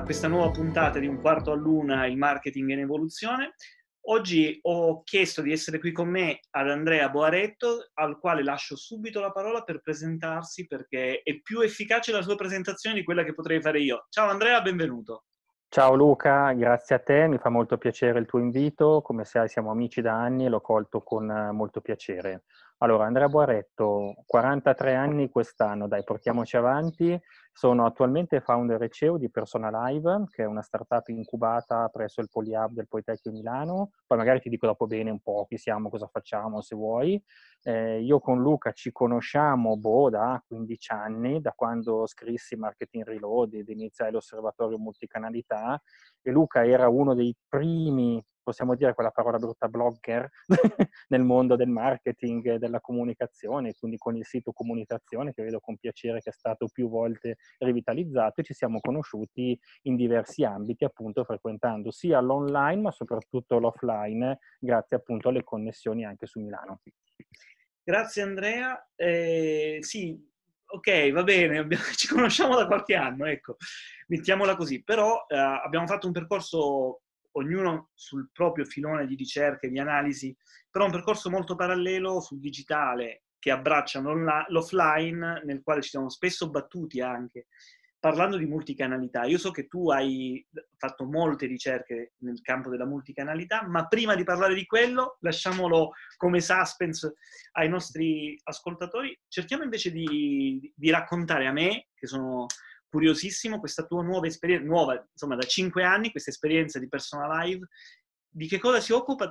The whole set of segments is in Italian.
questa nuova puntata di Un quarto all'una, il marketing in evoluzione. Oggi ho chiesto di essere qui con me ad Andrea Boaretto, al quale lascio subito la parola per presentarsi, perché è più efficace la sua presentazione di quella che potrei fare io. Ciao Andrea, benvenuto. Ciao Luca, grazie a te, mi fa molto piacere il tuo invito, come sai siamo amici da anni e l'ho colto con molto piacere. Allora, Andrea Boaretto, 43 anni quest'anno, dai, portiamoci avanti. Sono attualmente founder e CEO di Persona Live, che è una startup incubata presso il Polyhub del Politecnico di Milano. Poi magari ti dico dopo bene un po' chi siamo, cosa facciamo, se vuoi. Io con Luca ci conosciamo da 15 anni, da quando scrissi Marketing Reloaded, iniziai l'osservatorio multicanalità, e Luca era uno dei primi, possiamo dire quella parola brutta, blogger nel mondo del marketing e della comunicazione, quindi con il sito Comunicazione, che vedo con piacere che è stato più volte rivitalizzato, e ci siamo conosciuti in diversi ambiti, appunto frequentando sia l'online ma soprattutto l'offline, grazie appunto alle connessioni anche su Milano. Grazie Andrea. Sì, ok, va bene, ci conosciamo da qualche anno, ecco, mettiamola così. Però abbiamo fatto un percorso, ognuno sul proprio filone di ricerca e di analisi, però un percorso molto parallelo sul digitale, che abbraccia l'offline, nel quale ci siamo spesso battuti anche. Parlando di multicanalità, io so che tu hai fatto molte ricerche nel campo della multicanalità, ma prima di parlare di quello, lasciamolo come suspense ai nostri ascoltatori. Cerchiamo invece di raccontare a me, che sono curiosissimo, questa tua nuova esperienza, nuova, insomma, da 5 anni, questa esperienza di Persona Live, di che cosa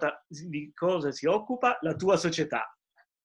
si occupa la tua società.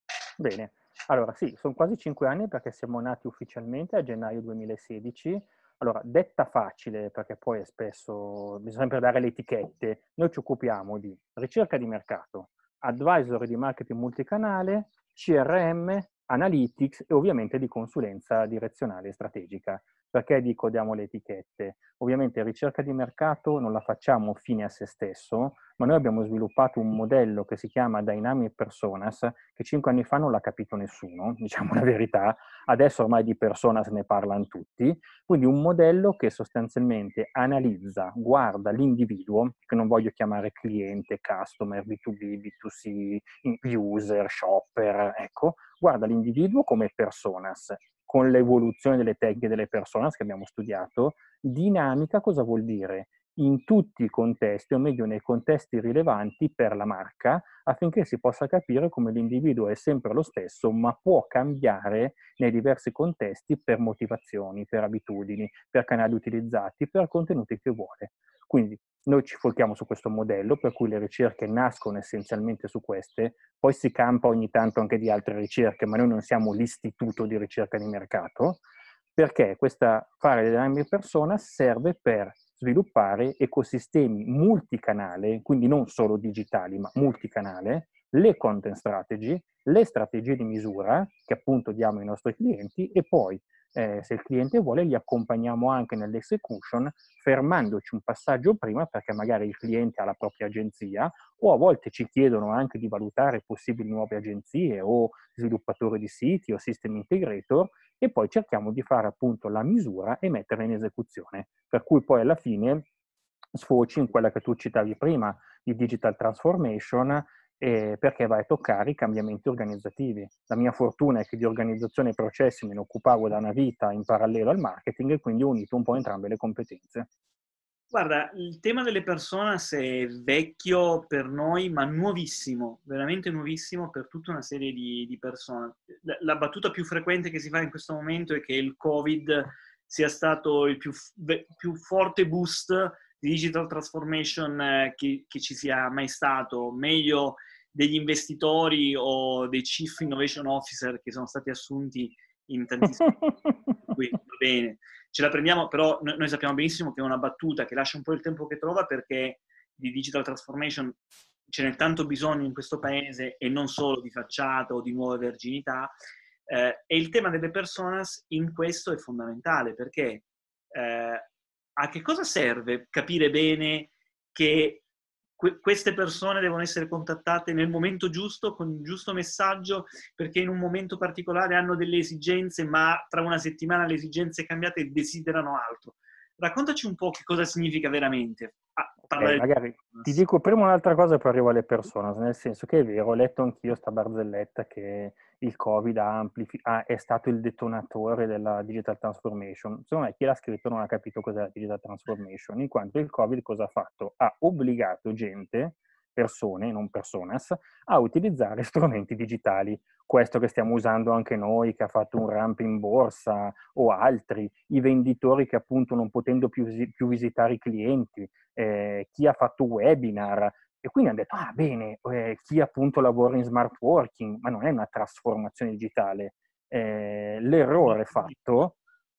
Bene, allora sì, sono quasi 5 anni perché siamo nati ufficialmente a gennaio 2016. Allora, detta facile, perché poi è spesso bisogna sempre dare le etichette, noi ci occupiamo di ricerca di mercato, advisory di marketing multicanale, CRM, analytics e ovviamente di consulenza direzionale e strategica. Perché dico diamo le etichette? Ovviamente ricerca di mercato non la facciamo fine a se stesso, ma noi abbiamo sviluppato un modello che si chiama Dynamic Personas, che 5 anni fa non l'ha capito nessuno, diciamo la verità, adesso ormai di personas ne parlano tutti, quindi un modello che sostanzialmente analizza, guarda l'individuo, che non voglio chiamare cliente, customer, B2B, B2C, user, shopper, ecco, guarda l'individuo come personas, con l'evoluzione delle tecniche delle personas che abbiamo studiato. Dinamica cosa vuol dire? In tutti i contesti, o meglio nei contesti rilevanti per la marca, affinché si possa capire come l'individuo è sempre lo stesso, ma può cambiare nei diversi contesti per motivazioni, per abitudini, per canali utilizzati, per contenuti che vuole. Quindi noi ci folchiamo su questo modello, per cui le ricerche nascono essenzialmente su queste, poi si campa ogni tanto anche di altre ricerche, ma noi non siamo l'istituto di ricerca di mercato, perché fare le dynamic persona serve per sviluppare ecosistemi multicanale, quindi non solo digitali, ma multicanale, le content strategy, le strategie di misura che appunto diamo ai nostri clienti, e poi se il cliente vuole li accompagniamo anche nell'execution, fermandoci un passaggio prima perché magari il cliente ha la propria agenzia, o a volte ci chiedono anche di valutare possibili nuove agenzie o sviluppatori di siti o system integrator, e poi cerchiamo di fare appunto la misura e metterla in esecuzione, per cui poi alla fine sfoci in quella che tu citavi prima, di digital transformation, perché vai a toccare i cambiamenti organizzativi. La mia fortuna è che di organizzazione e processi me ne occupavo da una vita in parallelo al marketing, e quindi ho unito un po' entrambe le competenze. Guarda, il tema delle personas è vecchio per noi, ma nuovissimo, veramente nuovissimo per tutta una serie di persone. La battuta più frequente che si fa in questo momento è che il Covid sia stato il più forte boost di digital transformation che ci sia mai stato, meglio degli investitori o dei chief innovation officer che sono stati assunti in tantissimi. Qui va bene, ce la prendiamo, però noi sappiamo benissimo che è una battuta che lascia un po' il tempo che trova, perché di digital transformation ce n'è tanto bisogno in questo paese, e non solo di facciata o di nuova verginità, e il tema delle personas in questo è fondamentale, perché a che cosa serve capire bene che queste persone devono essere contattate nel momento giusto, con il giusto messaggio, perché in un momento particolare hanno delle esigenze, ma tra una settimana le esigenze cambiate e desiderano altro. raccontaci un po' che cosa significa veramente Ok, parlare di magari ti personas. dico prima un'altra cosa e poi arrivo alle persone, nel senso che è vero, ho letto anch'io sta barzelletta che il Covid è stato il detonatore della digital transformation. Secondo me chi l'ha scritto non ha capito cos'è la digital transformation, in quanto il Covid cosa ha fatto? Ha obbligato gente, persone, non personas, a utilizzare strumenti digitali. Questo che stiamo usando anche noi, che ha fatto un ramp in borsa, o altri, i venditori che appunto non potendo più visitare i clienti, chi ha fatto webinar, e quindi hanno detto, ah bene, chi appunto lavora in smart working, ma non è una trasformazione digitale. L'errore fatto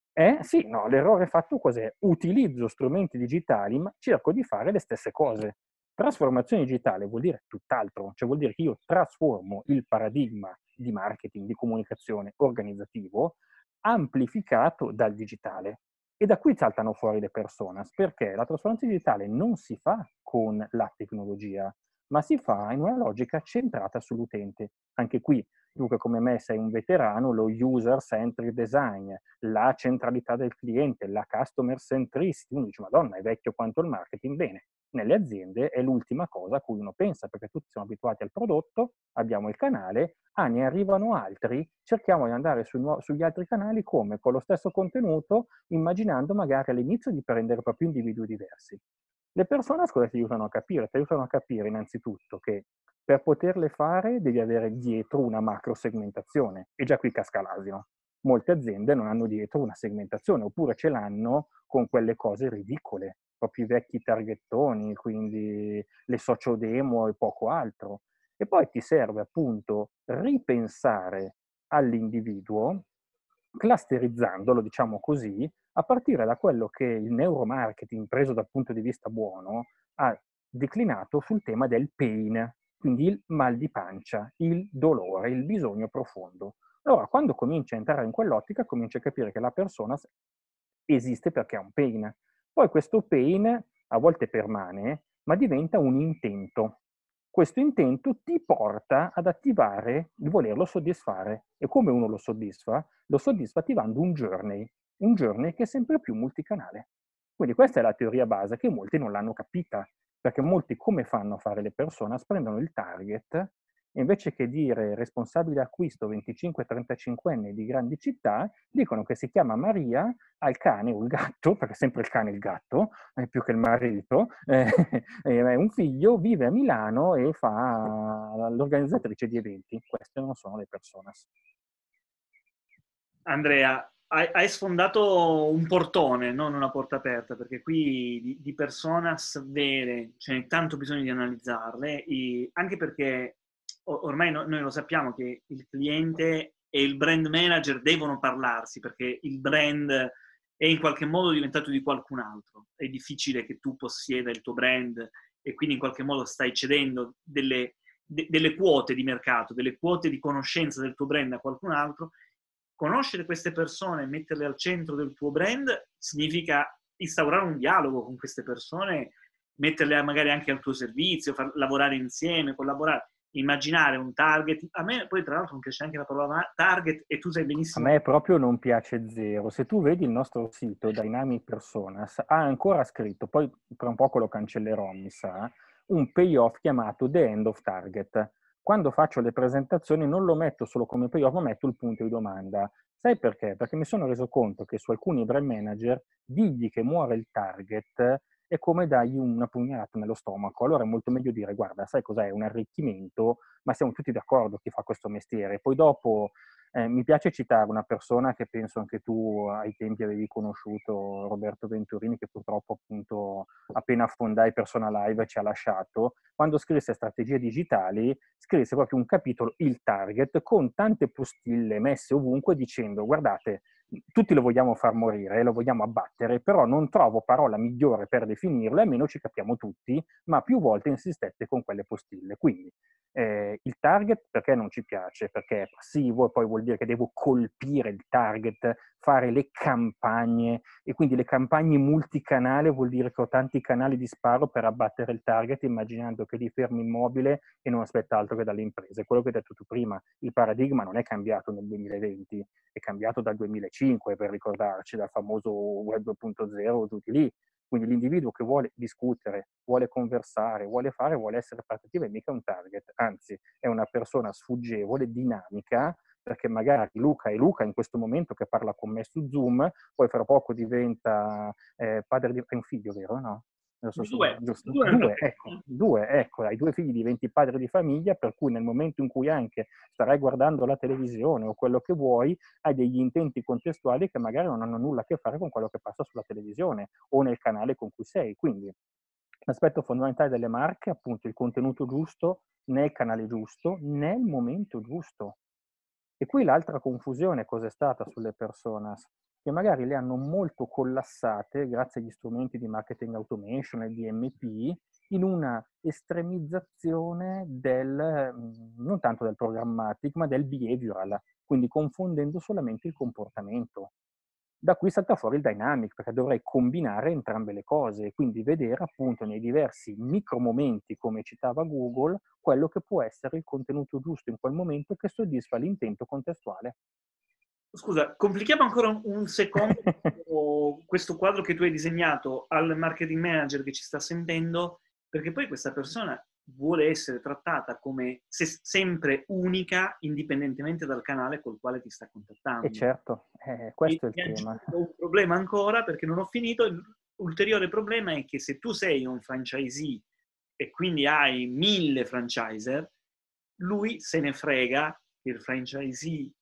sì, no, l'errore fatto cos'è? Utilizzo strumenti digitali, ma cerco di fare le stesse cose. Trasformazione digitale vuol dire tutt'altro, cioè vuol dire che io trasformo il paradigma di marketing, di comunicazione organizzativo, amplificato dal digitale. E da qui saltano fuori le personas, perché la trasformazione digitale non si fa con la tecnologia, ma si fa in una logica centrata sull'utente. Anche qui, tu che come me sei un veterano, lo user-centric design, la centralità del cliente, la customer centricity, uno dice, Madonna, è vecchio quanto il marketing. Bene, nelle aziende è l'ultima cosa a cui uno pensa, perché tutti siamo abituati al prodotto, abbiamo il canale, ne arrivano altri, cerchiamo di andare sugli altri canali come? Con lo stesso contenuto, immaginando magari all'inizio di prendere proprio individui diversi. Le persone cosa ti aiutano a capire? Ti aiutano a capire innanzitutto che per poterle fare devi avere dietro una macro segmentazione, e già qui casca l'asino. Molte aziende non hanno dietro una segmentazione, oppure ce l'hanno con quelle cose ridicole, proprio i vecchi targettoni, quindi le socio demo e poco altro. E poi ti serve appunto ripensare all'individuo, clusterizzandolo, diciamo così, a partire da quello che il neuromarketing, preso dal punto di vista buono, ha declinato sul tema del pain, quindi il mal di pancia, il dolore, il bisogno profondo. Allora, quando cominci a entrare in quell'ottica, cominci a capire che la persona esiste perché ha un pain. Poi questo pain a volte permane, ma diventa un intento. Questo intento ti porta ad attivare il volerlo soddisfare. E come uno lo soddisfa? Lo soddisfa attivando un journey che è sempre più multicanale. Quindi questa è la teoria base che molti non l'hanno capita, perché molti come fanno a fare le persone? Prendono il target e invece che dire responsabile acquisto 25-35enne di grandi città, dicono che si chiama Maria, ha il cane o il gatto, perché sempre il cane e il gatto, più che il marito, è un figlio, vive a Milano e fa l'organizzatrice di eventi. Queste non sono le personas. Andrea, hai sfondato un portone, non una porta aperta, perché qui di personas vere ce n'è tanto bisogno di analizzarle, anche perché ormai noi lo sappiamo che il cliente e il brand manager devono parlarsi, perché il brand è in qualche modo diventato di qualcun altro. È difficile che tu possieda il tuo brand e quindi in qualche modo stai cedendo delle quote di mercato, delle quote di conoscenza del tuo brand a qualcun altro. Conoscere queste persone e metterle al centro del tuo brand significa instaurare un dialogo con queste persone, metterle magari anche al tuo servizio, far lavorare insieme, collaborare, immaginare un target. A me poi tra l'altro mi piace anche la parola target e tu sai A benissimo. me proprio non piace zero. Se tu vedi il nostro sito Dynamic Personas, ha ancora scritto, poi tra un poco lo cancellerò, mi sa, un payoff chiamato The End of Target. Quando faccio le presentazioni non lo metto solo come payoff, ma metto il punto di domanda. Sai perché? Perché mi sono reso conto che su alcuni brand manager digli che muore il target è come dargli una pugnalata nello stomaco. Allora è molto meglio dire, guarda, sai cos'è? È un arricchimento, ma siamo tutti d'accordo chi fa questo mestiere. Poi dopo mi piace citare una persona che penso anche tu ai tempi avevi conosciuto, Roberto Venturini, che purtroppo appunto appena affondai Persona Live ci ha lasciato. Quando scrisse Strategie Digitali, scrisse proprio un capitolo, il target, con tante postille messe ovunque dicendo guardate, tutti lo vogliamo far morire, lo vogliamo abbattere, però non trovo parola migliore per definirlo, almeno ci capiamo tutti, ma più volte insistette con quelle postille. Quindi Il target perché non ci piace? Perché è passivo e poi vuol dire che devo colpire il target, fare le campagne e quindi le campagne multicanale vuol dire che ho tanti canali di sparo per abbattere il target immaginando che li fermi immobile e non aspetta altro che dalle imprese. Quello che hai detto tu prima, il paradigma non è cambiato nel 2020, è cambiato dal 2005 per ricordarci, dal famoso web 2.0 giù di lì. Quindi l'individuo che vuole discutere, vuole conversare, vuole essere partecipe, è mica un target, anzi è una persona sfuggevole, dinamica, perché magari Luca è Luca in questo momento che parla con me su Zoom, poi fra poco diventa padre di... È un figlio, vero? No? Due, Giusto? due nel Due, ecco, hai due figli, diventi padre di famiglia, per cui nel momento in cui anche starai guardando la televisione o quello che vuoi, hai degli intenti contestuali che magari non hanno nulla a che fare con quello che passa sulla televisione o nel canale con cui sei. Quindi l'aspetto fondamentale delle marche è appunto il contenuto giusto, nel canale giusto, nel momento giusto. E qui l'altra confusione cos'è stata sulle personas? Che magari le hanno molto collassate grazie agli strumenti di marketing automation e di DMP in una estremizzazione del, non tanto del programmatic, ma del behavioral, quindi confondendo solamente il comportamento. Da qui salta fuori il dynamic, perché dovrei combinare entrambe le cose e quindi vedere appunto nei diversi micromomenti, come citava Google, quello che può essere il contenuto giusto in quel momento che soddisfa l'intento contestuale. Scusa, complichiamo ancora un secondo questo quadro che tu hai disegnato al marketing manager che ci sta sentendo, perché poi questa persona vuole essere trattata come sempre unica, indipendentemente dal canale col quale ti sta E contattando. certo, E questo è il mi tema. aggiungo un problema ancora, perché non ho finito. L'ulteriore problema è che se tu sei un franchisee e quindi hai 1000 franchiser, lui se ne frega che il franchisee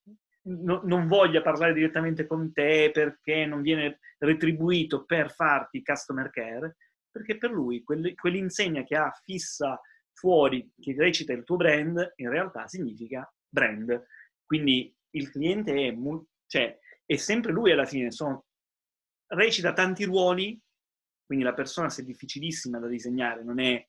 non voglia parlare direttamente con te perché non viene retribuito per farti customer care, perché per lui quell'insegna che ha fissa fuori, che recita il tuo brand, in realtà significa brand. Quindi il cliente cioè, è sempre lui alla fine, recita tanti ruoli, quindi la persona se è difficilissima da disegnare, non è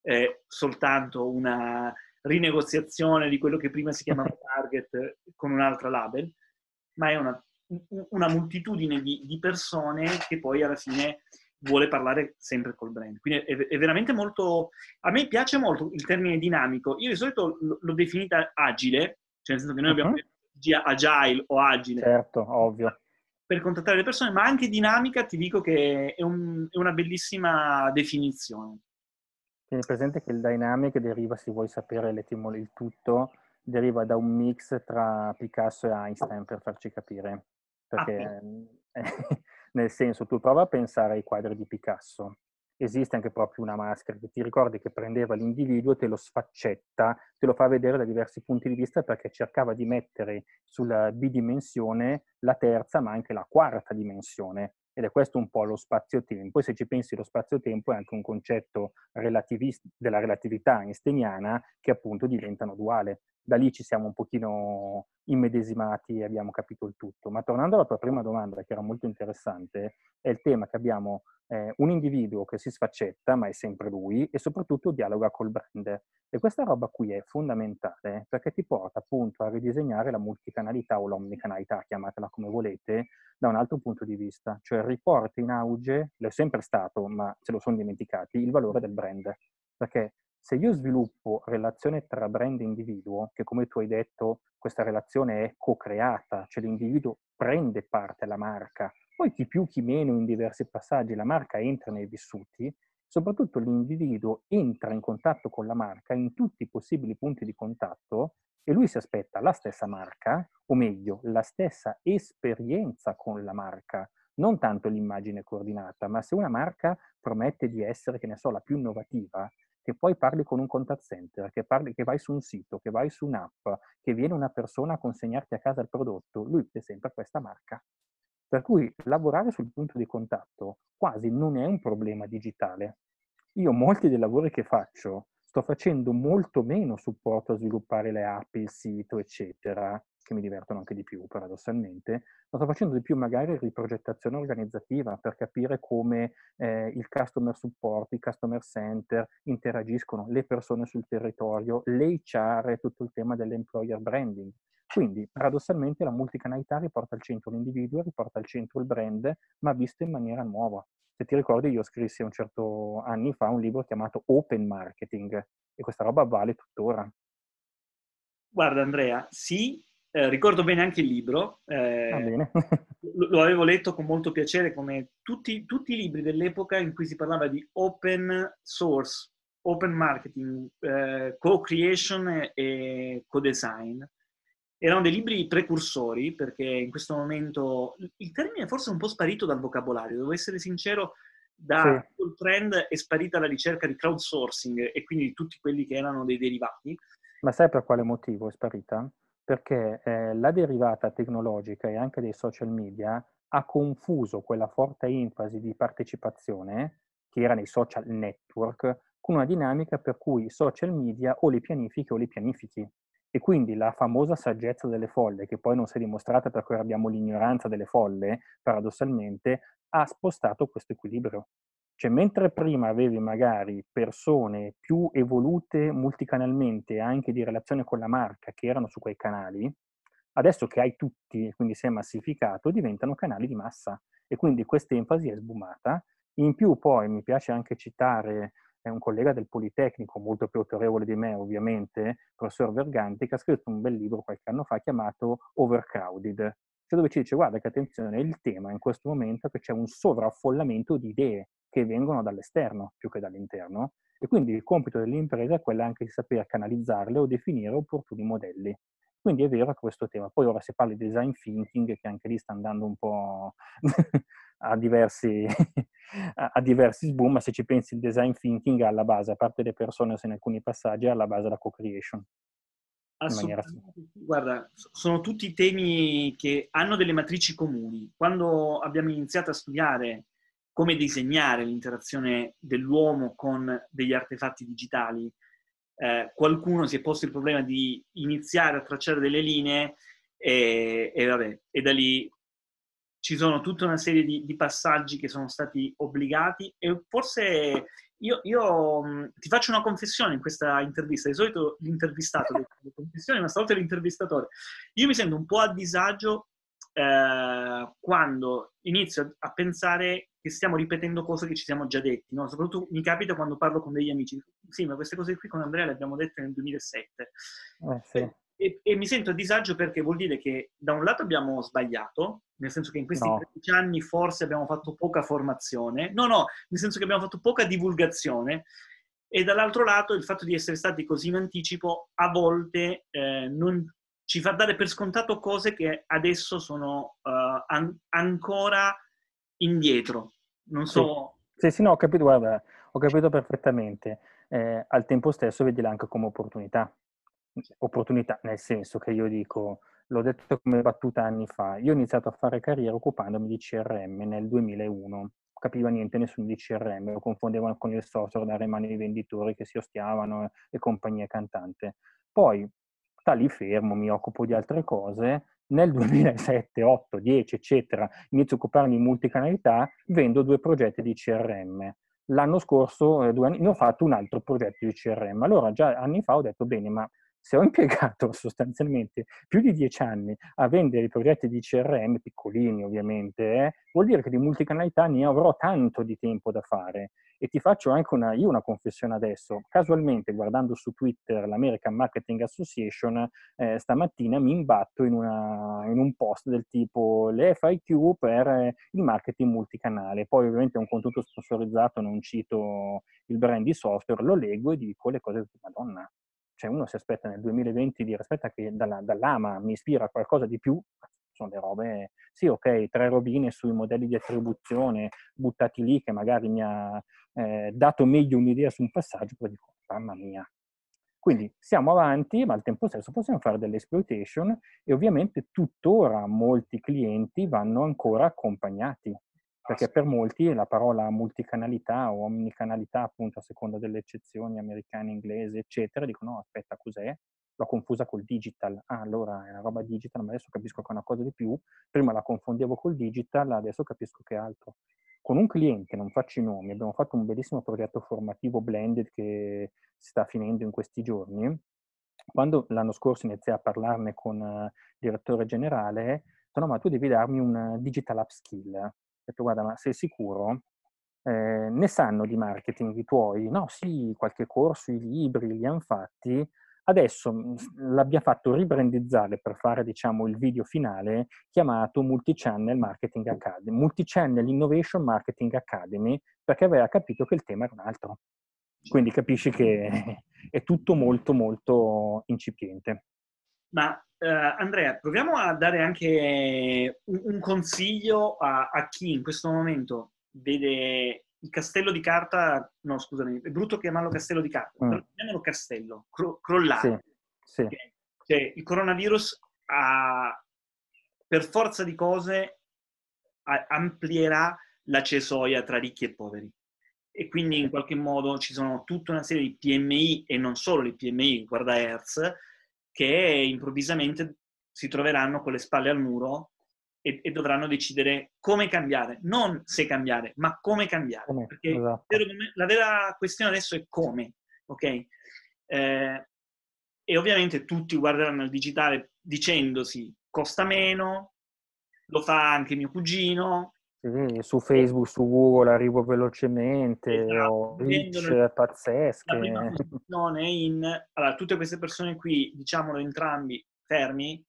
soltanto una rinegoziazione di quello che prima si chiamava target con un'altra label, ma è una moltitudine di persone che poi alla fine vuole parlare sempre col brand. Quindi è veramente molto... A me piace molto il termine dinamico. Io di solito l'ho definita agile, cioè nel senso che noi abbiamo strategia agile o agile Certo, ovvio. per contattare le persone, ma anche dinamica, ti dico che è una bellissima definizione. Tieni presente che il dynamic deriva, se vuoi sapere il tutto, deriva da un mix tra Picasso e Einstein, per farci capire. Ah, Perché, nel senso, tu prova a pensare ai quadri di Picasso. Esiste anche proprio una maschera che ti ricordi che prendeva l'individuo, te lo sfaccetta, te lo fa vedere da diversi punti di vista perché cercava di mettere sulla bidimensione la terza, ma anche la quarta dimensione. Ed è questo un po' lo spazio-tempo. E se ci pensi, lo spazio-tempo è anche un concetto della relatività einsteiniana che appunto diventano duale. Da lì ci siamo un pochino immedesimati e abbiamo capito il tutto. Ma tornando alla tua prima domanda, che era molto interessante, è il tema che abbiamo un individuo che si sfaccetta, ma è sempre lui, e soprattutto dialoga col brand. E questa roba qui è fondamentale perché ti porta appunto a ridisegnare la multicanalità o l'omnicanalità, chiamatela come volete, da un altro punto di vista, cioè riporta in auge, lo è sempre stato, ma se lo sono dimenticati, il valore del brand. Perché se io sviluppo relazione tra brand e individuo, che come tu hai detto, questa relazione è co-creata, cioè l'individuo prende parte alla marca, poi chi più chi meno in diversi passaggi la marca entra nei vissuti, soprattutto l'individuo entra in contatto con la marca in tutti i possibili punti di contatto e lui si aspetta la stessa marca, o meglio, la stessa esperienza con la marca, non tanto l'immagine coordinata, ma se una marca promette di essere, che ne so, la più innovativa, che poi parli con un contact center, che vai su un sito, che vai su un'app, che viene una persona a consegnarti a casa il prodotto, lui è sempre questa marca. Per cui lavorare sul punto di contatto quasi non è un problema digitale. Io molti dei lavori che faccio sto facendo molto meno supporto a sviluppare le app, il sito, eccetera, che mi divertono anche di più paradossalmente, ma sto facendo di più magari riprogettazione organizzativa per capire come il customer support, i customer center interagiscono, le persone sul territorio, l'HR, tutto il tema dell'employer branding. Quindi paradossalmente la multicanalità riporta al centro l'individuo, riporta al centro il brand, ma visto in maniera nuova. Se ti ricordi, io scrissi un certo anni fa un libro chiamato Open Marketing e questa roba vale tuttora. Guarda Andrea, sì, ricordo bene anche il libro, Va bene. lo avevo letto con molto piacere come tutti i libri dell'epoca in cui si parlava di open source, open marketing, co-creation e co-design. Erano dei libri precursori perché in questo momento il termine è forse un po' sparito dal vocabolario, devo essere sincero, Sì, da tutto il trend è sparita la ricerca di crowdsourcing e quindi di tutti quelli che erano dei derivati. ma sai per quale motivo è sparita? Perché la derivata tecnologica e anche dei social media ha confuso quella forte enfasi di partecipazione, che era nei social network, con una dinamica per cui i social media o li pianifichi o li pianifichi. E quindi la famosa saggezza delle folle, che poi non si è dimostrata perché ora abbiamo l'ignoranza delle folle, paradossalmente, ha spostato questo equilibrio. Cioè, mentre prima avevi magari persone più evolute multicanalmente, anche di relazione con la marca, che erano su quei canali, adesso che hai tutti, quindi si è massificato, diventano canali di massa e quindi quest'enfasi è sbumata. In più poi mi piace anche citare un collega del Politecnico, molto più autorevole di me ovviamente, professor Verganti, che ha scritto un bel libro qualche anno fa chiamato Overcrowded, cioè dove ci dice guarda che attenzione, il tema in questo momento è che c'è un sovraffollamento di idee che vengono dall'esterno più che dall'interno e quindi il compito dell'impresa è quello anche di saper canalizzarle o definire opportuni modelli. Quindi è vero che questo tema. Poi ora si parla di design thinking, che anche lì sta andando un po' a diversi, a diversi sboom, ma se ci pensi il design thinking è alla base, a parte le persone in alcuni passaggi, è alla base la co-creation. In maniera Assolutamente sì. Guarda, sono tutti temi che hanno delle matrici comuni. Quando abbiamo iniziato a studiare come disegnare l'interazione dell'uomo con degli artefatti digitali, qualcuno si è posto il problema di iniziare a tracciare delle linee e vabbè, e da lì ci sono tutta una serie di passaggi che sono stati obbligati e forse ti faccio una confessione in questa intervista. Di solito l'intervistato deve fare le confessioni, ma stavolta è l'intervistatore. Io mi sento un po' a disagio quando inizio a pensare che stiamo ripetendo cose che ci siamo già detti, no? Soprattutto mi capita quando parlo con degli amici. Sì, ma queste cose qui con Andrea le abbiamo dette nel 2007. sì. E mi sento a disagio perché vuol dire che da un lato abbiamo sbagliato, nel senso che in questi No, 13 anni forse abbiamo fatto poca formazione, no, nel senso che abbiamo fatto poca divulgazione, e dall'altro lato il fatto di essere stati così in anticipo a volte non ci fa dare per scontato cose che adesso sono ancora indietro. Non sì. so. Sì, sì, no, ho capito, guarda, ho capito perfettamente. Al tempo stesso vedila anche come opportunità. Opportunità, nel senso che io dico, l'ho detto come battuta anni fa, io ho iniziato a fare carriera occupandomi di CRM nel 2001. Non capiva niente nessuno di CRM, lo confondevano con il software, dare in mano ai venditori che si ostiavano e compagnia cantante. Poi, sta lì fermo, mi occupo di altre cose. Nel 2007, 8, 10, eccetera, inizio a occuparmi di multicanalità, vendo 2 progetti di CRM. L'anno scorso, 2 anni, ne ho fatto un altro progetto di CRM. Allora, già anni fa ho detto, bene, ma se ho impiegato sostanzialmente più di 10 anni a vendere i progetti di CRM, piccolini ovviamente, vuol dire che di multicanalità ne avrò tanto di tempo da fare. E ti faccio anche una confessione adesso. Casualmente, guardando su Twitter l'American Marketing Association, stamattina mi imbatto in un post del tipo le FIQ per il marketing multicanale. Poi ovviamente è un contenuto sponsorizzato, non cito il brand di software, lo leggo e dico le cose di Madonna. Cioè uno si aspetta nel 2020 di dire aspetta che dall'AMA mi ispira qualcosa di più, sono le robe, sì ok, 3 robine sui modelli di attribuzione buttati lì che magari mi ha dato meglio un'idea su un passaggio, poi dico, mamma mia. Quindi siamo avanti, ma al tempo stesso possiamo fare delle exploitation e ovviamente tuttora molti clienti vanno ancora accompagnati, perché per molti la parola multicanalità o omnicanalità, appunto a seconda delle eccezioni americane, inglesi, eccetera, dicono no, aspetta, cos'è? l'ho confusa col digital. Ah, allora è una roba digital, ma adesso capisco che è una cosa di più. Prima la confondevo col digital, adesso capisco che è altro. Con un cliente, non faccio i nomi, abbiamo fatto un bellissimo progetto formativo blended che si sta finendo in questi giorni. Quando l'anno scorso iniziai a parlarne con il direttore generale, ho detto, no, ma tu devi darmi un digital upskill. Ho detto, guarda, ma sei sicuro? Ne sanno di marketing i tuoi? No, sì, qualche corso, i libri li hanno fatti. Adesso l'abbiamo fatto ribrandizzare per fare, diciamo, il video finale chiamato Multichannel Marketing Academy, Multichannel Innovation Marketing Academy, perché aveva capito che il tema era un altro. Quindi capisci che è tutto molto, molto incipiente. Ma Andrea, proviamo a dare anche un consiglio a chi in questo momento vede il castello di carta, no scusami, è brutto chiamarlo castello di carta, però chiamiamolo castello, Sì, crollare. sì. Okay? Cioè, il coronavirus per forza di cose amplierà la cesoia tra ricchi e poveri. E quindi in qualche modo ci sono tutta una serie di PMI, e non solo le PMI, guarda Hertz, che improvvisamente si troveranno con le spalle al muro e dovranno decidere come cambiare, non se cambiare, ma come cambiare. Come? Perché Esatto. la vera questione adesso è come, ok? E ovviamente tutti guarderanno il digitale dicendosi costa meno, lo fa anche mio cugino. Sì, su Facebook, su Google arrivo velocemente, Esatto, ho vendono reach la prima pazzesche. posizione in... Allora, tutte queste persone qui, diciamolo entrambi, fermi,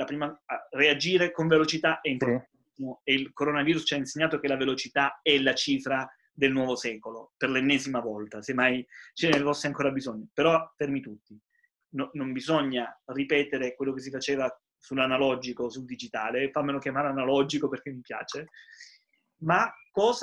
reagire con velocità è Sì, importantissimo e il coronavirus ci ha insegnato che la velocità è la cifra del nuovo secolo, per l'ennesima volta, se mai ce ne fosse ancora bisogno. Però fermi tutti. Non bisogna ripetere quello che si faceva sull'analogico, sul digitale, fammelo chiamare analogico perché mi piace, ma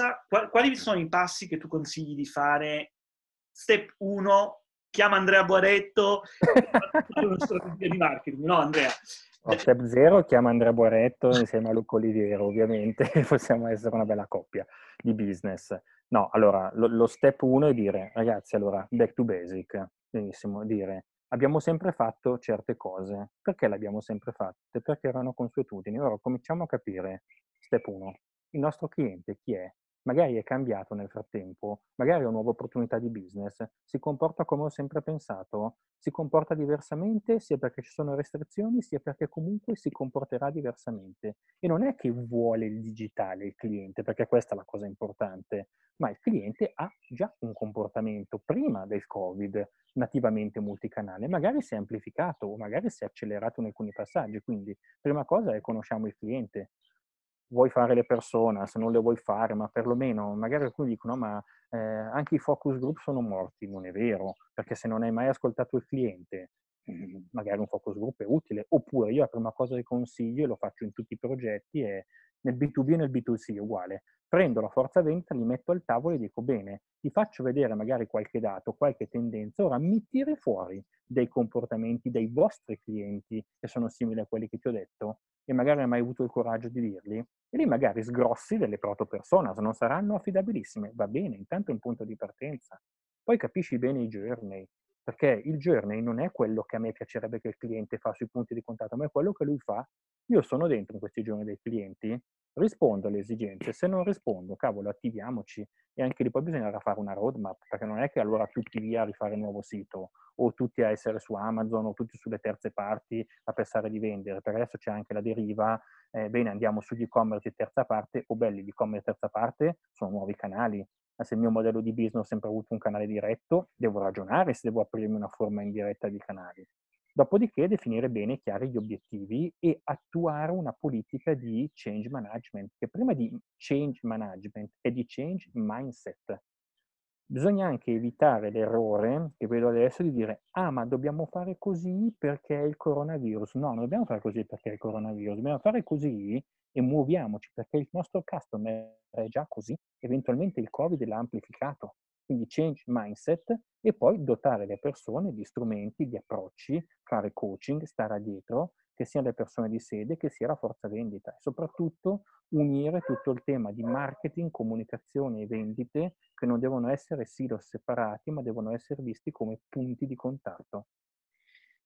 quali sono i passi che tu consigli di fare? Step 1, chiama Andrea Boaretto e fa una strategia di marketing, no Andrea? Step 0, chiama Andrea Boaretto insieme a Luca Oliviero, ovviamente, possiamo essere una bella coppia di business. No, allora, lo step 1 è dire, ragazzi, allora, back to basic, benissimo, dire, abbiamo sempre fatto certe cose. Perché le abbiamo sempre fatte? Perché erano consuetudini. Ora cominciamo a capire, step 1, il nostro cliente chi è? Magari è cambiato nel frattempo, magari ha nuove opportunità di business, si comporta come ho sempre pensato, si comporta diversamente sia perché ci sono restrizioni, sia perché comunque si comporterà diversamente. E non è che vuole il digitale il cliente, perché questa è la cosa importante, ma il cliente ha già un comportamento prima del Covid nativamente multicanale, magari si è amplificato o magari si è accelerato in alcuni passaggi, quindi prima cosa è conosciamo il cliente. Vuoi fare le persone, se non le vuoi fare, ma perlomeno, magari alcuni dicono, no, ma anche i focus group sono morti. Non è vero, perché se non hai mai ascoltato il cliente, magari un focus group è utile. Oppure io la prima cosa che consiglio, e lo faccio in tutti i progetti, è nel B2B e nel B2C è uguale. Prendo la forza vendita, li metto al tavolo e dico, bene, ti faccio vedere magari qualche dato, qualche tendenza, ora mi tiri fuori dei comportamenti dei vostri clienti che sono simili a quelli che ti ho detto e magari non hai mai avuto il coraggio di dirli, e lì magari sgrossi delle proto-personas, non saranno affidabilissime, va bene, intanto è un punto di partenza. Poi capisci bene i journey, perché il journey non è quello che a me piacerebbe che il cliente fa sui punti di contatto, ma è quello che lui fa. Io sono dentro in questi giorni dei clienti, rispondo alle esigenze, se non rispondo, cavolo, attiviamoci. E anche lì poi bisognerà fare una roadmap, perché non è che allora tutti via a rifare il nuovo sito, o tutti a essere su Amazon, o tutti sulle terze parti a pensare di vendere, perché adesso c'è anche la deriva, bene andiamo sugli e-commerce di terza parte, o belli, gli e-commerce di terza parte sono nuovi canali. Ma se il mio modello di business ho sempre avuto un canale diretto, devo ragionare se devo aprirmi una forma indiretta di canali. Dopodiché definire bene e chiari gli obiettivi e attuare una politica di change management, che prima di change management è di change mindset. Bisogna anche evitare l'errore, che vedo adesso, di dire, ah, ma dobbiamo fare così perché è il coronavirus. No, non dobbiamo fare così perché è il coronavirus, dobbiamo fare così e muoviamoci perché il nostro customer è già così. Eventualmente il Covid l'ha amplificato. Quindi change mindset e poi dotare le persone di strumenti, di approcci, fare coaching, stare dietro, che siano le persone di sede, che sia la forza vendita e soprattutto unire tutto il tema di marketing, comunicazione e vendite che non devono essere silos separati, ma devono essere visti come punti di contatto.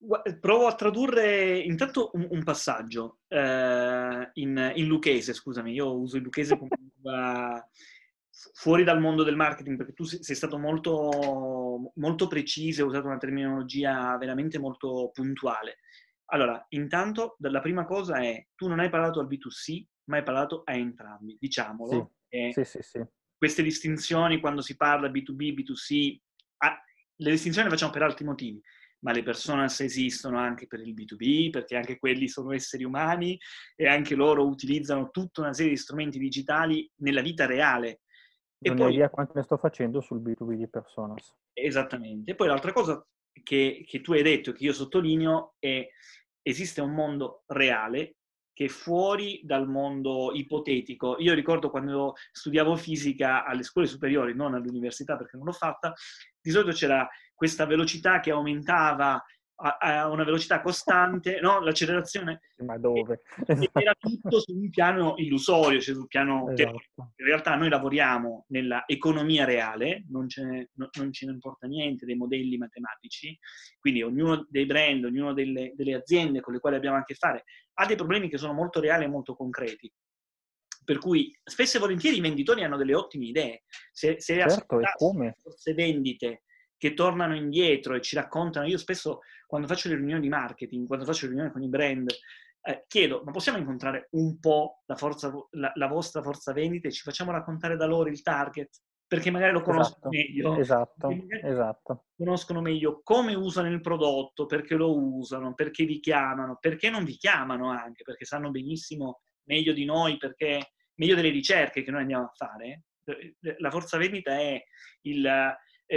Provo a tradurre intanto un passaggio in lucchese, scusami, io uso il lucchese come lingua fuori dal mondo del marketing, perché tu sei stato molto, molto preciso, hai usato una terminologia veramente molto puntuale. Allora, intanto, la prima cosa è, tu non hai parlato al B2C, ma hai parlato a entrambi, Sì, diciamolo. E sì, sì, sì. queste distinzioni, quando si parla B2B, B2C, le distinzioni le facciamo per altri motivi, ma le personas esistono anche per il B2B, perché anche quelli sono esseri umani e anche loro utilizzano tutta una serie di strumenti digitali nella vita reale. E Non hai poi, idea quanto ne sto facendo sul B2B di Personas. esattamente, e poi l'altra cosa che tu hai detto, che io sottolineo, è esiste un mondo reale che è fuori dal mondo ipotetico. Io ricordo quando studiavo fisica alle scuole superiori, non all'università perché non l'ho fatta, di solito c'era questa velocità che aumentava a una velocità costante, no? L'accelerazione, Ma e dove? ed era Esatto. tutto su un piano illusorio, cioè sul piano teorico. Esatto. In realtà noi lavoriamo nella economia reale, non ce ne importa niente dei modelli matematici, quindi ognuno dei brand, ognuno delle aziende con le quali abbiamo a che fare ha dei problemi che sono molto reali e molto concreti. Per cui spesso e volentieri i venditori hanno delle ottime idee. Se Certo, e ascoltassi come? queste vendite che tornano indietro e ci raccontano, io spesso quando faccio le riunioni di marketing, quando faccio le riunioni con i brand, chiedo, ma possiamo incontrare un po' la vostra forza vendita e ci facciamo raccontare da loro il target? Perché magari lo conoscono Esatto, meglio, perché esatto, magari esatto. conoscono meglio come usano il prodotto, perché lo usano, perché vi chiamano, perché non vi chiamano anche, perché sanno benissimo meglio di noi, perché meglio delle ricerche che noi andiamo a fare. La forza vendita è il,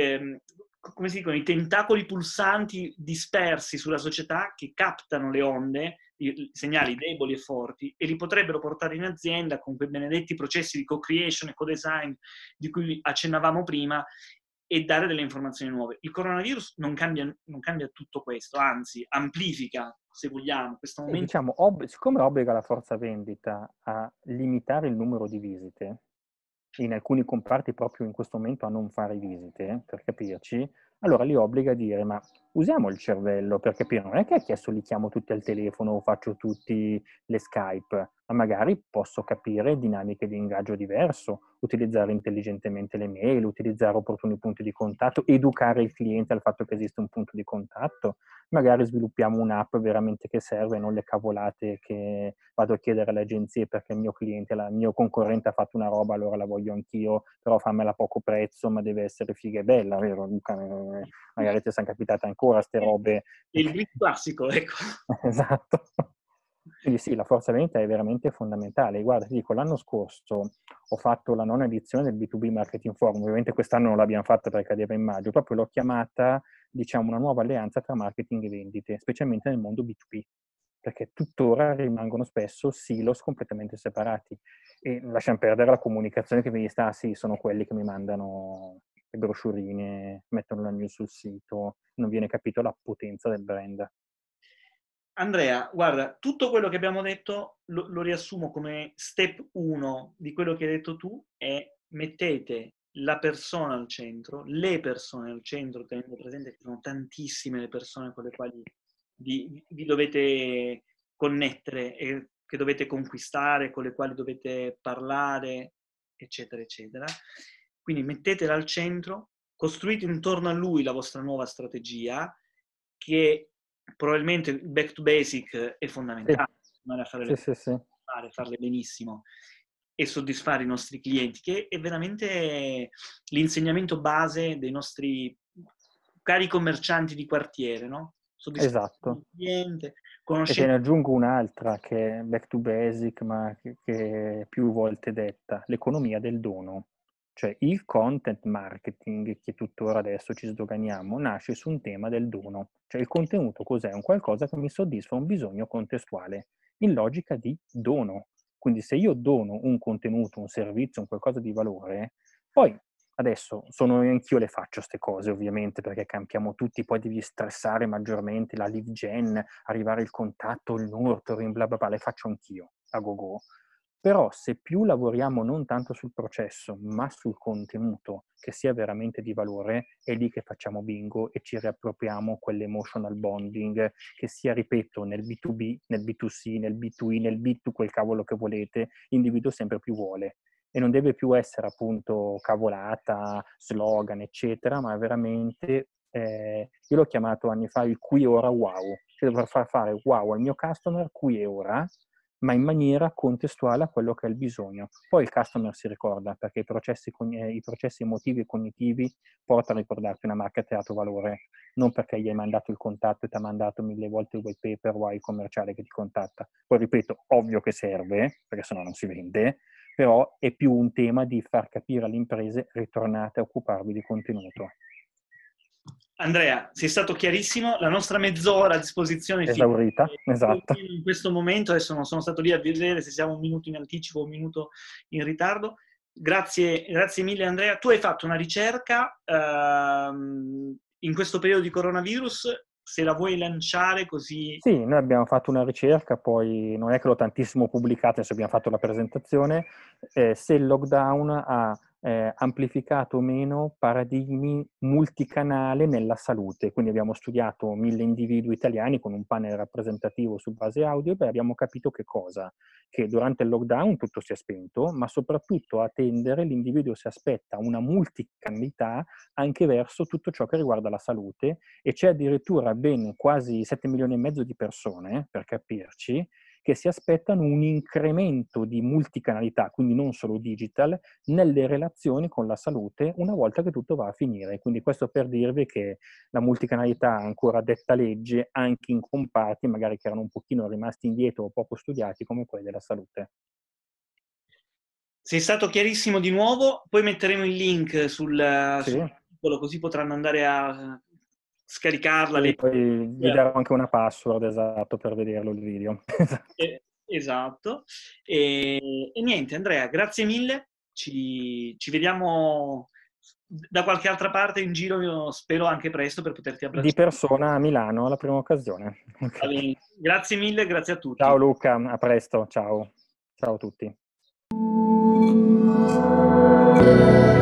come si dicono, i tentacoli pulsanti dispersi sulla società che captano le onde, i segnali deboli e forti, e li potrebbero portare in azienda con quei benedetti processi di co-creation e co-design di cui accennavamo prima e dare delle informazioni nuove. Il coronavirus non cambia tutto questo, anzi amplifica, se vogliamo, questo Sì, momento. diciamo, siccome obbliga la forza vendita a limitare il numero di visite, in alcuni comparti proprio in questo momento a non fare visite, per capirci, allora li obbliga a dire, ma usiamo il cervello per capire, non è che adesso li chiamo tutti al telefono o faccio tutti le Skype, ma magari posso capire dinamiche di ingaggio diverso, utilizzare intelligentemente le mail, utilizzare opportuni punti di contatto, educare il cliente al fatto che esiste un punto di contatto, magari sviluppiamo un'app veramente che serve, non le cavolate che vado a chiedere alle agenzie perché il mio cliente, il mio concorrente ha fatto una roba, allora la voglio anch'io, però fammela a poco prezzo, ma deve essere figa e bella, vero Luca? Magari ti sono capitate ancora ste robe. Il green classico, ecco. Esatto. Quindi sì, la forza vendita è veramente fondamentale. Guarda, ti dico, l'anno scorso ho fatto la nona edizione del B2B Marketing Forum, ovviamente quest'anno non l'abbiamo fatta perché cadeva in maggio, proprio l'ho chiamata, diciamo, una nuova alleanza tra marketing e vendite, specialmente nel mondo B2B, perché tuttora rimangono spesso silos completamente separati. E lasciamo perdere la comunicazione che mi sta, ah, sì, sono quelli che mi mandano le broschurine, mettono la news sul sito, non viene capito la potenza del brand. Andrea, guarda, tutto quello che abbiamo detto lo riassumo come step 1 di quello che hai detto tu e mettete la persona al centro, le persone al centro, tenendo presente che sono tantissime le persone con le quali vi dovete connettere e che dovete conquistare, con le quali dovete parlare, eccetera, eccetera. Quindi mettetela al centro, costruite intorno a lui la vostra nuova strategia, che probabilmente il back to basic è Sì, fondamentale, andare a fare le sì, cose, sì, sì. farle benissimo e soddisfare i nostri clienti, che è veramente l'insegnamento base dei nostri cari commercianti di quartiere, no? Soddisfare il Esatto. cliente, E te conoscere. ne aggiungo un'altra che è back to basic, ma che è più volte detta, l'economia del dono. Cioè il content marketing che tuttora adesso ci sdoganiamo nasce su un tema del dono. Cioè il contenuto cos'è? Un qualcosa che mi soddisfa un bisogno contestuale, in logica di dono. Quindi se io dono un contenuto, un servizio, un qualcosa di valore, poi adesso sono anch'io le faccio queste cose ovviamente perché campiamo tutti, poi devi stressare maggiormente la lead gen, arrivare il contatto, il nurturing, bla bla bla, le faccio anch'io a go go. Però se più lavoriamo non tanto sul processo, ma sul contenuto, che sia veramente di valore, è lì che facciamo bingo e ci riappropriamo quell'emotional bonding, che sia, ripeto, nel B2B, nel B2C, nel B2I, nel B2 quel cavolo che volete, l'individuo sempre più vuole. E non deve più essere appunto cavolata, slogan, eccetera, ma veramente, io l'ho chiamato anni fa il qui e ora wow, cioè devo far fare wow al mio customer qui e ora, ma in maniera contestuale a quello che è il bisogno. Poi il customer si ricorda, perché i processi emotivi e cognitivi portano a ricordarti una marca che ha dato valore, non perché gli hai mandato il contatto e ti ha mandato 1000 volte il white paper o hai il commerciale che ti contatta. Poi ripeto, ovvio che serve, perché sennò non si vende, però è più un tema di far capire alle imprese: ritornate a occuparvi di contenuto. Andrea, sei stato chiarissimo, la nostra mezz'ora a disposizione Esaurita, esatto. in questo momento. Adesso non sono stato lì a vedere se siamo un minuto in anticipo o un minuto in ritardo. Grazie mille Andrea. Tu hai fatto una ricerca in questo periodo di coronavirus, se la vuoi lanciare così. Sì, noi abbiamo fatto una ricerca, poi non è che l'ho tantissimo pubblicata, adesso abbiamo fatto la presentazione, se il lockdown ha amplificato o meno paradigmi multicanale nella salute. Quindi abbiamo studiato 1000 individui italiani con un panel rappresentativo su base audio e abbiamo capito che cosa? Che durante il lockdown tutto si è spento, ma soprattutto a tendere l'individuo si aspetta una multicanalità anche verso tutto ciò che riguarda la salute, e c'è addirittura ben quasi 7 milioni e mezzo di persone, per capirci, che si aspettano un incremento di multicanalità, quindi non solo digital, nelle relazioni con la salute una volta che tutto va a finire. Quindi questo per dirvi che la multicanalità ancora detta legge anche in comparti magari che erano un pochino rimasti indietro o poco studiati come quelli della salute. Sei stato chiarissimo di nuovo, poi metteremo il link Sì. sull'articolo, così potranno andare a scaricarla. Sì, poi vi darò anche una password, esatto, per vederlo il video. Esatto. E niente, Andrea, grazie mille. Ci vediamo da qualche altra parte in giro, io spero anche presto, per poterti Di abbracciare. persona a Milano alla prima occasione. Va Okay. bene. Grazie mille, grazie a tutti. Ciao Luca, a presto, ciao. Ciao a tutti.